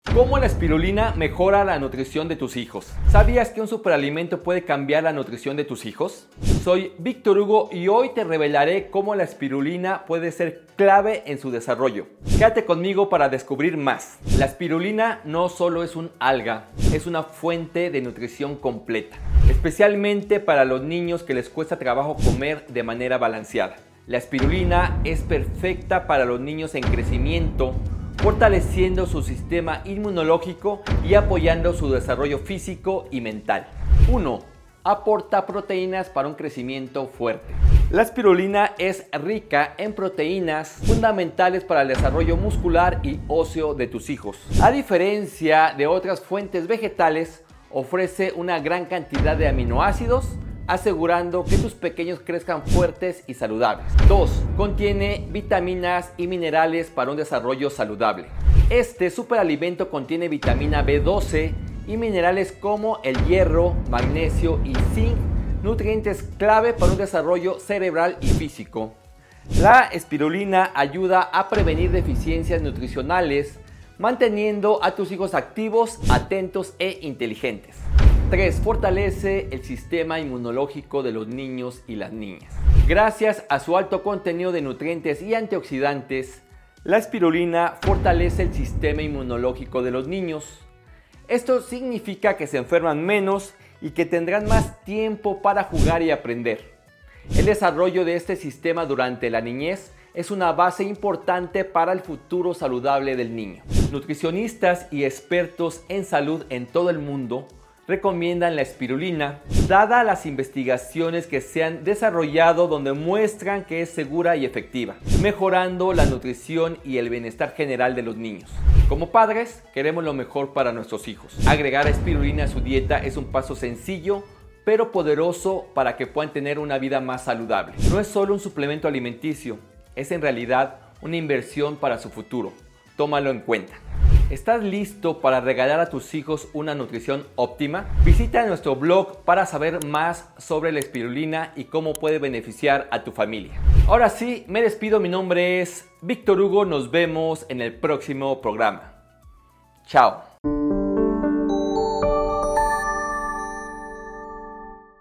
¿Cómo la espirulina mejora la nutrición de tus hijos? ¿Sabías que un superalimento puede cambiar la nutrición de tus hijos? Soy Víctor Hugo y hoy te revelaré cómo la espirulina puede ser clave en su desarrollo. Quédate conmigo para descubrir más. La espirulina no solo es un alga, es una fuente de nutrición completa, especialmente para los niños que les cuesta trabajo comer de manera balanceada. La espirulina es perfecta para los niños en crecimiento, fortaleciendo su sistema inmunológico y apoyando su desarrollo físico y mental. 1. Aporta proteínas para un crecimiento fuerte. La espirulina es rica en proteínas fundamentales para el desarrollo muscular y óseo de tus hijos. A diferencia de otras fuentes vegetales, ofrece una gran cantidad de aminoácidos, asegurando que tus pequeños crezcan fuertes y saludables. 2. Contiene vitaminas y minerales para un desarrollo saludable. Este superalimento contiene vitamina B12 y minerales como el hierro, magnesio y zinc, nutrientes clave para un desarrollo cerebral y físico. La espirulina ayuda a prevenir deficiencias nutricionales, manteniendo a tus hijos activos, atentos e inteligentes. 3. Fortalece el sistema inmunológico de los niños y las niñas. Gracias a su alto contenido de nutrientes y antioxidantes, la espirulina fortalece el sistema inmunológico de los niños. Esto significa que se enferman menos y que tendrán más tiempo para jugar y aprender. El desarrollo de este sistema durante la niñez es una base importante para el futuro saludable del niño. Nutricionistas y expertos en salud en todo el mundo recomiendan la espirulina, dadas las investigaciones que se han desarrollado donde muestran que es segura y efectiva, mejorando la nutrición y el bienestar general de los niños. Como padres, queremos lo mejor para nuestros hijos. Agregar espirulina a su dieta es un paso sencillo, pero poderoso para que puedan tener una vida más saludable. No es solo un suplemento alimenticio, es en realidad una inversión para su futuro. Tómalo en cuenta. ¿Estás listo para regalar a tus hijos una nutrición óptima? Visita nuestro blog para saber más sobre la espirulina y cómo puede beneficiar a tu familia. Ahora sí, me despido. Mi nombre es Víctor Hugo. Nos vemos en el próximo programa. Chao.